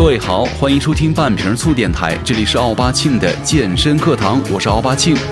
各位好，欢迎收听半瓶醋电台，这里是奥巴庆的健身课堂，我是奥巴庆。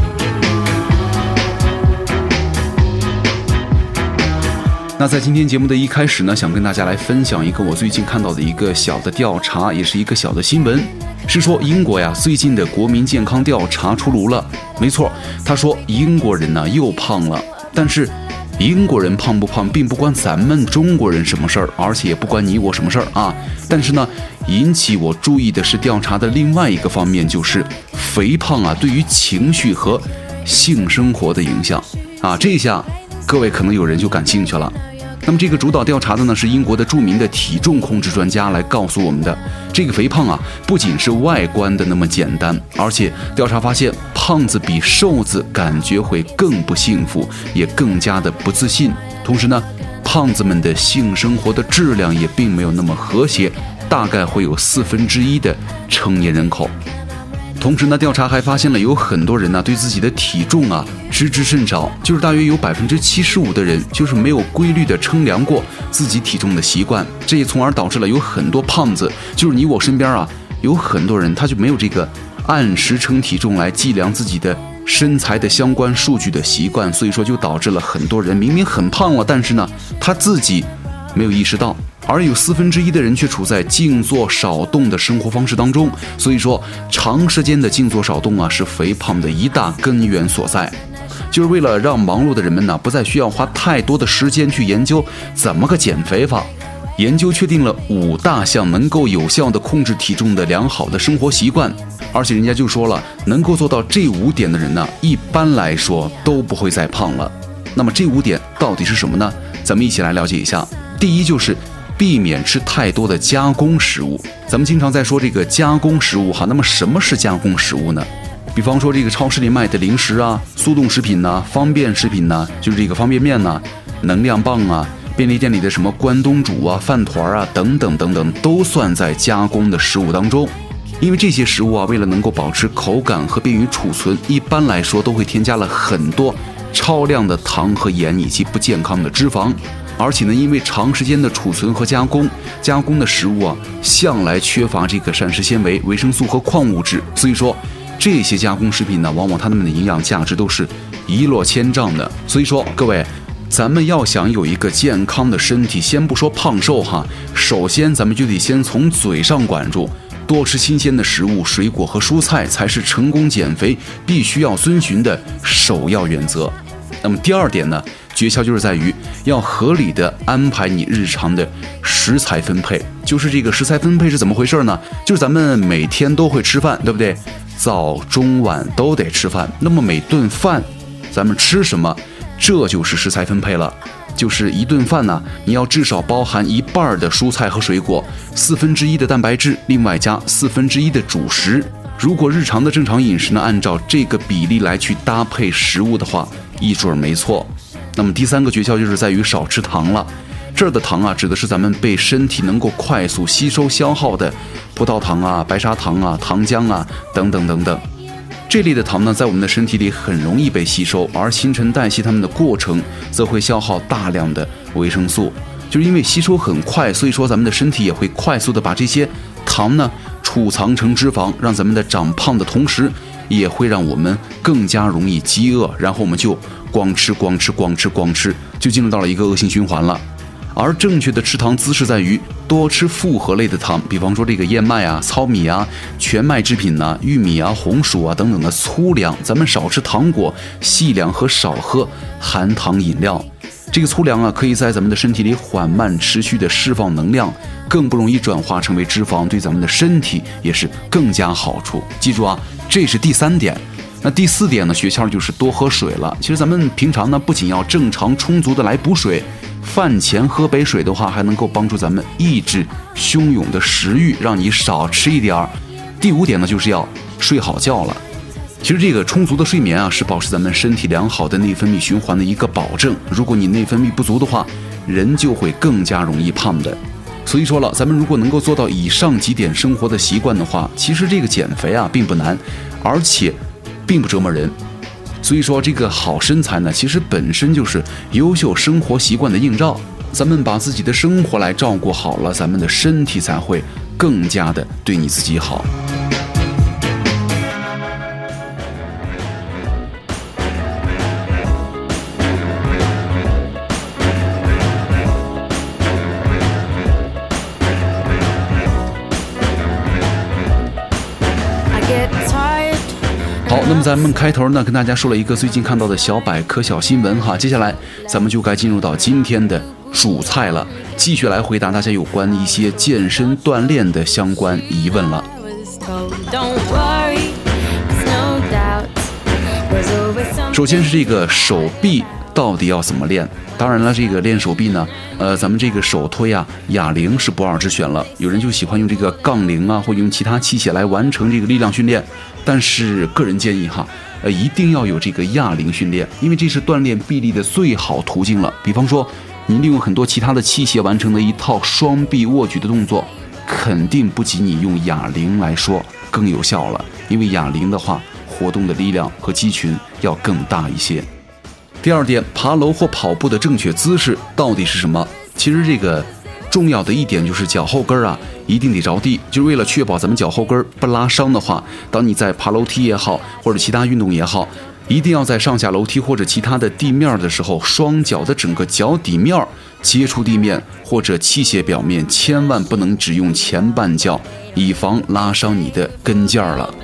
那在今天节目的一开始呢，想跟大家来分享一个我最近看到的一个小的调查，也是一个小的新闻，是说英国呀最近的国民健康调查出炉了。没错，他说英国人呢又胖了，但是英国人胖不胖并不关咱们中国人什么事儿，而且也不关你我什么事儿啊。但是呢，引起我注意的是调查的另外一个方面，就是肥胖啊对于情绪和性生活的影响啊。这一下各位可能有人就感兴趣了。那么这个主导调查的呢是英国的著名的体重控制专家来告诉我们的，这个肥胖啊不仅是外观的那么简单，而且调查发现胖子比瘦子感觉会更不幸福，也更加的不自信。同时呢，胖子们的性生活的质量也并没有那么和谐，大概会有1/4的成年人口。同时呢，调查还发现了有很多人呢对自己的体重啊知之甚少，就是大约有75%的人就是没有规律的称量过自己体重的习惯，这也从而导致了有很多胖子，就是你我身边啊有很多人他就没有这个按时称体重来计量自己的身材的相关数据的习惯，所以说就导致了很多人明明很胖了，但是呢他自己没有意识到，而有1/4的人却处在静坐少动的生活方式当中。所以说长时间的静坐少动啊是肥胖的一大根源所在。就是为了让忙碌的人们呢不再需要花太多的时间去研究怎么个减肥法，研究确定了5大项能够有效的控制体重的良好的生活习惯。而且人家就说了，能够做到这5点的人呢一般来说都不会再胖了。那么这5点到底是什么呢？咱们一起来了解一下。第一就是避免吃太多的加工食物。咱们经常在说这个加工食物哈，那么什么是加工食物呢？比方说这个超市里卖的零食啊、速冻食品呐、方便食品呐，就是这个方便面呐、能量棒啊、便利店里的什么关东煮啊、饭团啊等等等等，都算在加工的食物当中。因为这些食物啊，为了能够保持口感和便于储存，一般来说都会添加了很多超量的糖和盐以及不健康的脂肪。而且呢，因为长时间的储存和加工的食物啊，向来缺乏这个膳食纤维、维生素和矿物质，所以说这些加工食品呢，往往它们的营养价值都是一落千丈的。所以说各位，咱们要想有一个健康的身体，先不说胖瘦哈，首先咱们就得先从嘴上管住，多吃新鲜的食物、水果和蔬菜才是成功减肥必须要遵循的首要原则。那么第二点呢，诀窍就是在于要合理的安排你日常的食材分配。就是这个食材分配是怎么回事呢？就是咱们每天都会吃饭，对不对？早中晚都得吃饭，那么每顿饭咱们吃什么，这就是食材分配了。就是一顿饭呢，你要至少包含1半的蔬菜和水果，1/4的蛋白质，另外加1/4的主食。如果日常的正常饮食呢，按照这个比例来去搭配食物的话，一准没错。那么第3个诀窍就是在于少吃糖了。这儿的糖啊，指的是咱们被身体能够快速吸收消耗的葡萄糖啊、白砂糖啊、糖浆啊等等等等。这类的糖呢，在我们的身体里很容易被吸收，而新陈代谢它们的过程则会消耗大量的维生素。就是因为吸收很快，所以说咱们的身体也会快速的把这些糖呢储藏成脂肪，让咱们的长胖的同时，也会让我们更加容易饥饿，然后我们就光吃，就进入到了一个恶性循环了。而正确的吃糖姿势在于多吃复合类的糖，比方说这个燕麦啊、糙米啊、全麦制品啊、玉米啊、红薯啊等等的粗粮，咱们少吃糖果、细粮和少喝含糖饮料。这个粗粮啊，可以在咱们的身体里缓慢持续的释放能量，更不容易转化成为脂肪，对咱们的身体也是更加好处。记住啊，这是第3点。那第4点呢，诀窍就是多喝水了。其实咱们平常呢，不仅要正常充足的来补水，饭前喝杯水的话，还能够帮助咱们抑制汹涌的食欲，让你少吃一点儿。第5点呢，就是要睡好觉了。其实这个充足的睡眠啊，是保持咱们身体良好的内分泌循环的一个保证。如果你内分泌不足的话，人就会更加容易胖的。所以说了，咱们如果能够做到以上几点生活的习惯的话，其实这个减肥啊并不难，而且并不折磨人。所以说这个好身材呢，其实本身就是优秀生活习惯的映照。咱们把自己的生活来照顾好了，咱们的身体才会更加的对你自己好。好，那么咱们开头呢跟大家说了一个最近看到的小百科小新闻哈，接下来咱们就该进入到今天的主菜了，继续来回答大家有关一些健身锻炼的相关疑问了。首先是这个手臂到底要怎么练？当然了，这个练手臂呢，咱们这个手推啊，哑铃是不二之选了。有人就喜欢用这个杠铃啊，或用其他器械来完成这个力量训练。但是个人建议哈，一定要有这个哑铃训练，因为这是锻炼臂力的最好途径了。比方说，你利用很多其他的器械完成的一套双臂握举的动作，肯定不及你用哑铃来说更有效了。因为哑铃的话，活动的力量和肌群要更大一些。第二点，爬楼或跑步的正确姿势到底是什么？其实这个重要的一点就是脚后跟啊，一定得着地，就是为了确保咱们脚后跟不拉伤的话，当你在爬楼梯也好，或者其他运动也好，一定要在上下楼梯或者其他的地面的时候，双脚的整个脚底面接触地面或者器械表面，千万不能只用前半脚，以防拉伤你的跟腱了。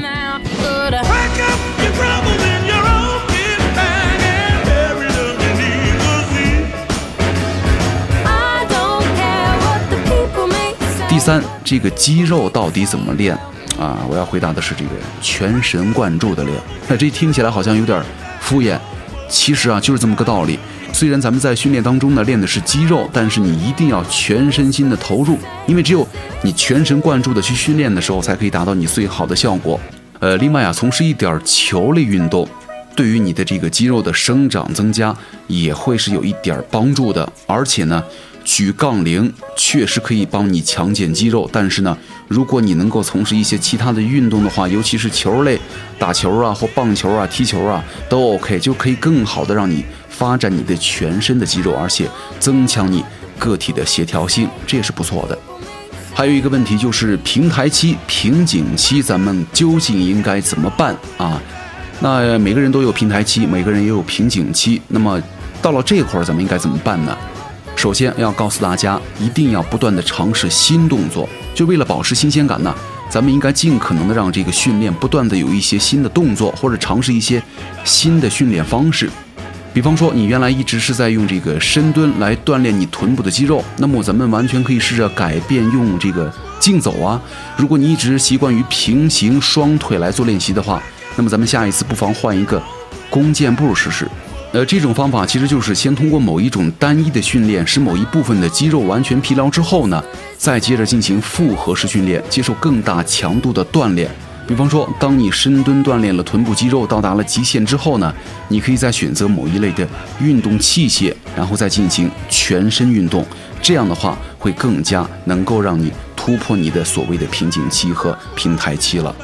第三，这个肌肉到底怎么练啊？我要回答的是这个全神贯注的练。那这听起来好像有点敷衍，其实啊就是这么个道理。虽然咱们在训练当中呢练的是肌肉，但是你一定要全身心的投入，因为只有你全神贯注的去训练的时候，才可以达到你最好的效果。另外啊，从事一点球类运动，对于你的这个肌肉的生长增加也会是有一点帮助的。而且呢，举杠铃确实可以帮你强健肌肉，但是呢，如果你能够从事一些其他的运动的话，尤其是球类，打球啊或棒球啊、踢球啊都 OK， 就可以更好的让你发展你的全身的肌肉，而且增强你个体的协调性，这也是不错的。还有一个问题就是平台期、瓶颈期，咱们究竟应该怎么办啊？那每个人都有平台期，每个人也有瓶颈期，那么到了这块儿咱们应该怎么办呢？首先要告诉大家，一定要不断的尝试新动作，就为了保持新鲜感呢，咱们应该尽可能的让这个训练不断的有一些新的动作，或者尝试一些新的训练方式。比方说，你原来一直是在用这个深蹲来锻炼你臀部的肌肉，那么咱们完全可以试着改变用这个竞走啊。如果你一直习惯于平行双腿来做练习的话，那么咱们下一次不妨换一个弓箭步试试。这种方法其实就是先通过某一种单一的训练，使某一部分的肌肉完全疲劳之后呢，再接着进行复合式训练，接受更大强度的锻炼。比方说，当你深蹲锻炼了臀部肌肉到达了极限之后呢，你可以再选择某一类的运动器械，然后再进行全身运动。这样的话，会更加能够让你突破你的所谓的瓶颈期和平台期了。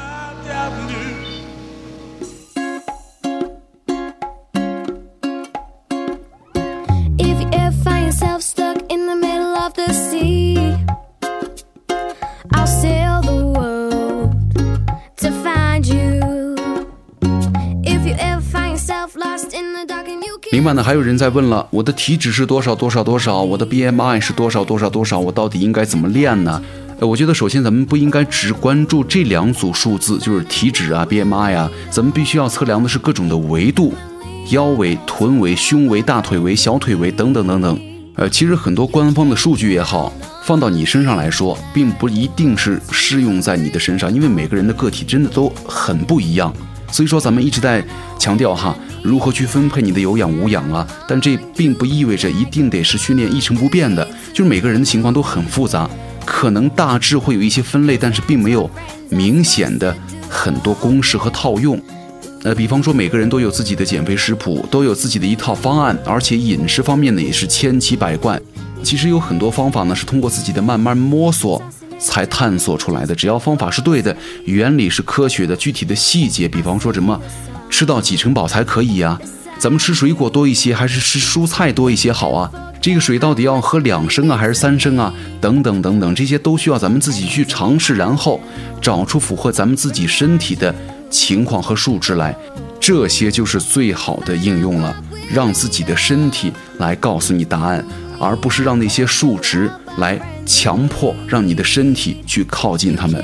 另外呢，还有人在问了，我的体脂是多少多少多少，我的 BMI 是多少多少多少，我到底应该怎么练呢？我觉得首先咱们不应该只关注这两组数字，就是体脂啊 BMI 啊，咱们必须要测量的是各种的维度，腰围、臀围、胸围、大腿围、小腿围等等等等。其实很多官方的数据也好，放到你身上来说，并不一定是适用在你的身上，因为每个人的个体真的都很不一样。所以说咱们一直在强调哈，如何去分配你的有氧无氧啊，但这并不意味着一定得是训练一成不变的，就是每个人的情况都很复杂，可能大致会有一些分类，但是并没有明显的很多公式和套用。比方说每个人都有自己的减肥食谱，都有自己的一套方案，而且饮食方面呢也是千奇百怪。其实有很多方法呢是通过自己的慢慢摸索才探索出来的，只要方法是对的，原理是科学的，具体的细节，比方说什么吃到几成饱才可以啊，咱们吃水果多一些还是吃蔬菜多一些好啊， 这个水到底要喝2升啊，还是3升啊？等等等等，这些都需要咱们自己去尝试，然后找出符合咱们自己身体的情况和数值来，这些就是最好的应用了。让自己的身体来告诉你答案，而不是让那些数值来强迫让你的身体去靠近它们。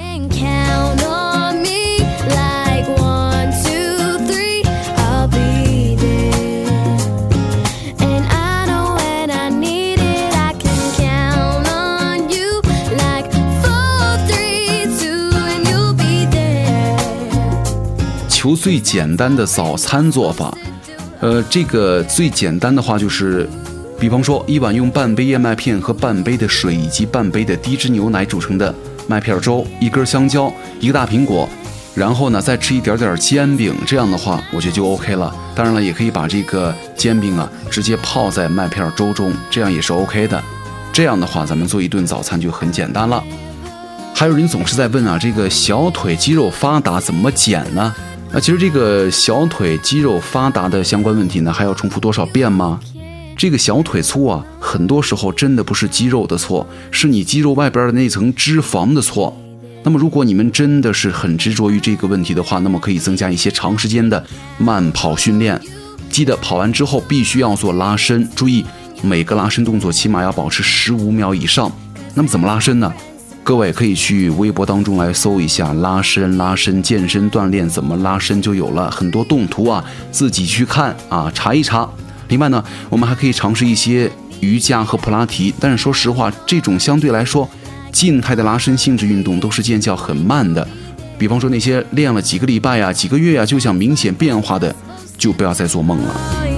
求最简单的早餐做法，这个最简单的话就是，比方说一碗用半杯燕麦片和半杯的水以及半杯的低脂牛奶煮成的麦片粥，1根香蕉，1个大苹果，然后呢再吃一点点煎饼，这样的话我觉得就 OK 了。当然了，也可以把这个煎饼啊直接泡在麦片粥中，这样也是 OK 的。这样的话咱们做一顿早餐就很简单了。还有人总是在问啊，这个小腿肌肉发达怎么减呢？其实这个小腿肌肉发达的相关问题呢，还要重复多少遍吗？这个小腿粗啊，很多时候真的不是肌肉的错，是你肌肉外边的那层脂肪的错。那么如果你们真的是很执着于这个问题的话，那么可以增加一些长时间的慢跑训练，记得跑完之后必须要做拉伸，注意每个拉伸动作起码要保持15秒以上。那么怎么拉伸呢？各位可以去微博当中来搜一下拉伸健身锻炼怎么拉伸，就有了很多动图啊，自己去看啊，查一查。另外呢，我们还可以尝试一些瑜伽和普拉提，但是说实话，这种相对来说静态的拉伸性质运动都是见效很慢的。比方说那些练了几个礼拜呀、几个月呀就想明显变化的，就不要再做梦了。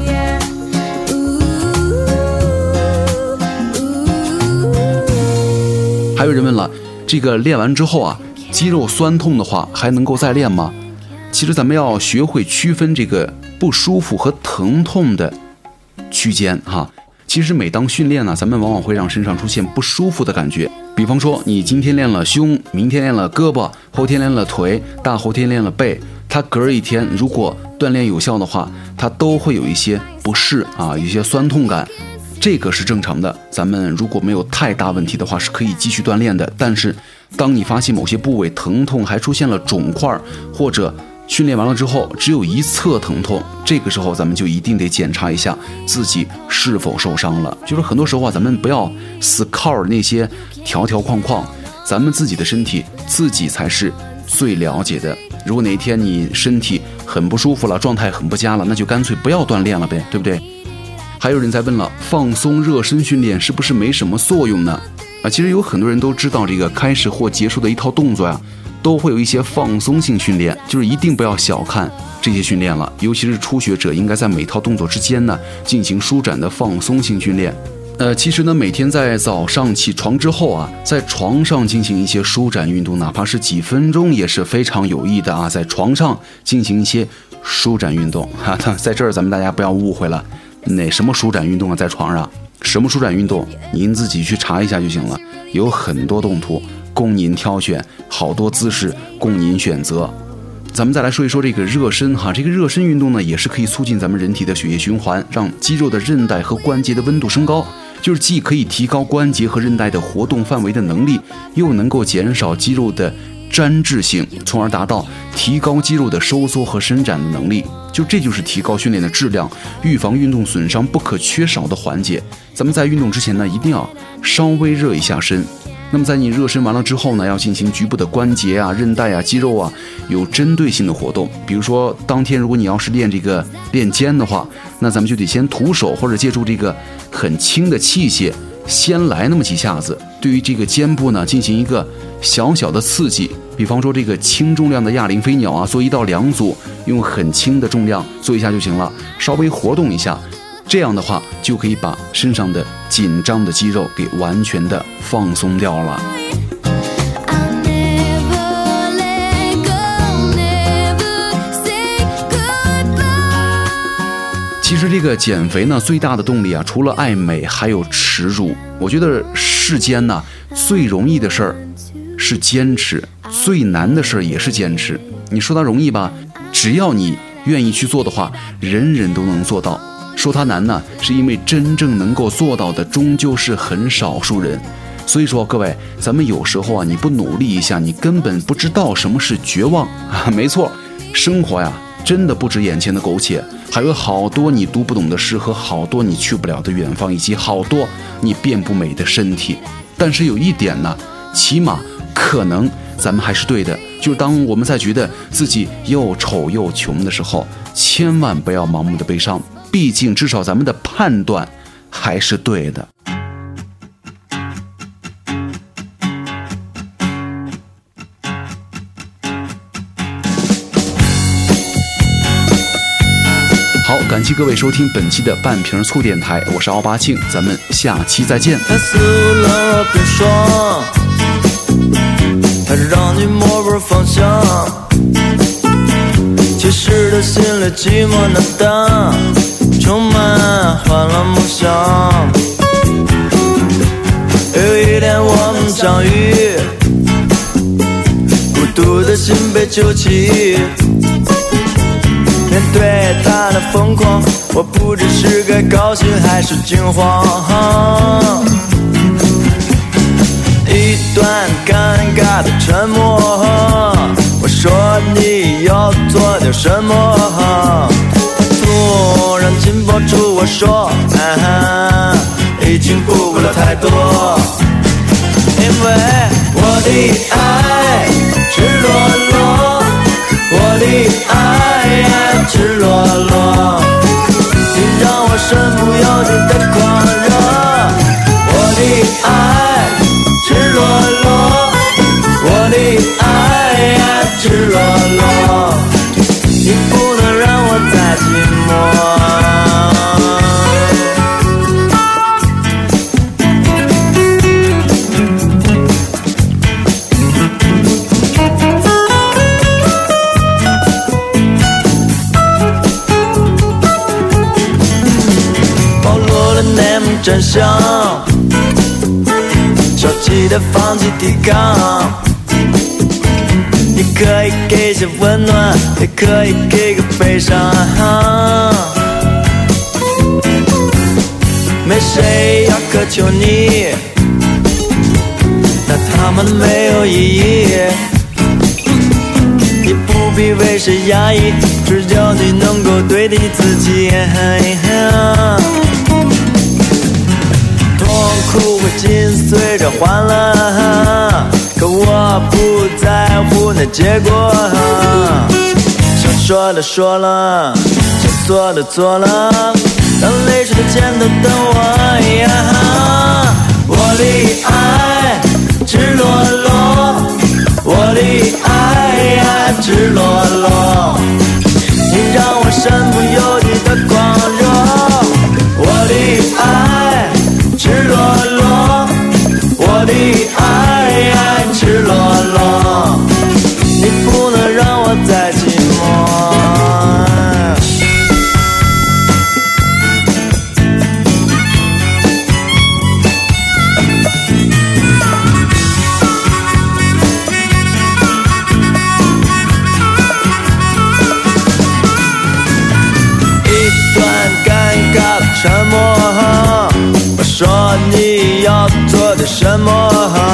还有人问了，这个练完之后啊，肌肉酸痛的话还能够再练吗？其实咱们要学会区分这个不舒服和疼痛的区间哈。其实每当训练呢，咱们往往会让身上出现不舒服的感觉。比方说你今天练了胸，明天练了胳膊，后天练了腿，大后天练了背，它隔一天如果锻炼有效的话，它都会有一些不适啊，有一些酸痛感。这个是正常的，咱们如果没有太大问题的话是可以继续锻炼的。但是当你发现某些部位疼痛，还出现了肿块，或者训练完了之后只有一侧疼痛，这个时候咱们就一定得检查一下自己是否受伤了。就是很多时候啊，咱们不要死靠那些条条框框，咱们自己的身体自己才是最了解的。如果哪一天你身体很不舒服了，状态很不佳了，那就干脆不要锻炼了呗，对不对？还有人在问了，放松热身训练是不是没什么作用呢？其实有很多人都知道，这个开始或结束的一套动作呀，都会有一些放松性训练，就是一定不要小看这些训练了。尤其是初学者，应该在每套动作之间呢进行舒展的放松性训练。其实呢，每天在早上起床之后啊，在床上进行一些舒展运动，哪怕是几分钟也是非常有益的啊。在床上进行一些舒展运动哈，在这儿咱们大家不要误会了。什么舒展运动啊？在床上什么舒展运动？您自己去查一下就行了，有很多动图供您挑选，好多姿势供您选择。咱们再来说一说这个热身哈，这个热身运动呢，也是可以促进咱们人体的血液循环，让肌肉的韧带和关节的温度升高，就是既可以提高关节和韧带的活动范围的能力，又能够减少肌肉的粘滞性，从而达到提高肌肉的收缩和伸展的能力。这就是提高训练的质量，预防运动损伤不可缺少的环节。咱们在运动之前呢，一定要稍微热一下身。那么在你热身完了之后呢，要进行局部的关节啊、韧带啊、肌肉啊有针对性的活动。比如说当天如果你要是练肩的话，那咱们就得先徒手或者借助这个很轻的器械先来那么几下子，对于这个肩部呢进行一个小小的刺激。比方说这个轻重量的哑铃飞鸟啊，做1到2组，用很轻的重量做一下就行了，稍微活动一下，这样的话就可以把身上的紧张的肌肉给完全的放松掉了。其实这个减肥呢，最大的动力啊，除了爱美还有耻辱。我觉得世间呢，最容易的事儿是坚持，最难的事儿也是坚持。你说它容易吧，只要你愿意去做的话，人人都能做到。 说它难呢，是因为真正能够做到的终究是很少数人。所以说各位，咱们有时候啊，你不努力一下，你根本不知道什么是绝望啊。没错，生活呀真的不止眼前的苟且，还有好多你读不懂的诗和好多你去不了的远方，以及好多你变不美的身体。但是有一点呢，起码可能咱们还是对的，就是当我们在觉得自己又丑又穷的时候，千万不要盲目的悲伤，毕竟至少咱们的判断还是对的。好，感谢各位收听本期的半瓶醋电台，我是奥巴庆，咱们下期再见。 他撕了冰霜，他让你摸不方向，其实他心里寂寞难当，充满欢乐梦想。有一天我们相遇，孤独的心被揪起，面对他的疯狂，我不知是该高兴还是惊慌。一段尴尬的沉默，我说你要做点什么，他突然紧抱住我说，已经顾不了太多，因为我的爱赤裸裸，我的爱赤裸裸，你让我身不由己的狂热。我的爱赤裸裸，我的爱赤裸裸，你不能让我再寂寞。真相，消极的放弃抵抗，你可以给些温暖，也可以给个悲伤，没谁要苛求你，那他们没有意义，你不必为谁压抑，只要你能够对得起自己。痛苦会紧随着欢乐，可我不在乎那结果，想说的说了，想做的做了，让泪水的肩头等我。我的爱赤裸裸，我的爱赤裸裸，你让我身不由己的狂热。我的爱赤裸裸，我的爱赤裸裸，你不能让我再寂寞。一段尴尬的沉默，我说你要做点什么，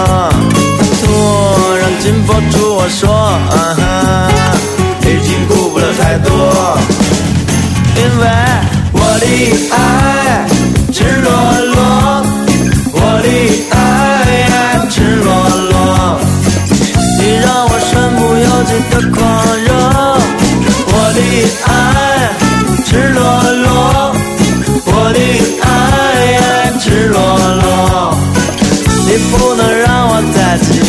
突然紧抱住我说，已经顾不了太多，因为我的爱赤裸裸，我的爱赤裸裸，你让我身不由己的狂热。我的爱赤裸裸，我的爱赤裸裸，你不能让我再寂寞。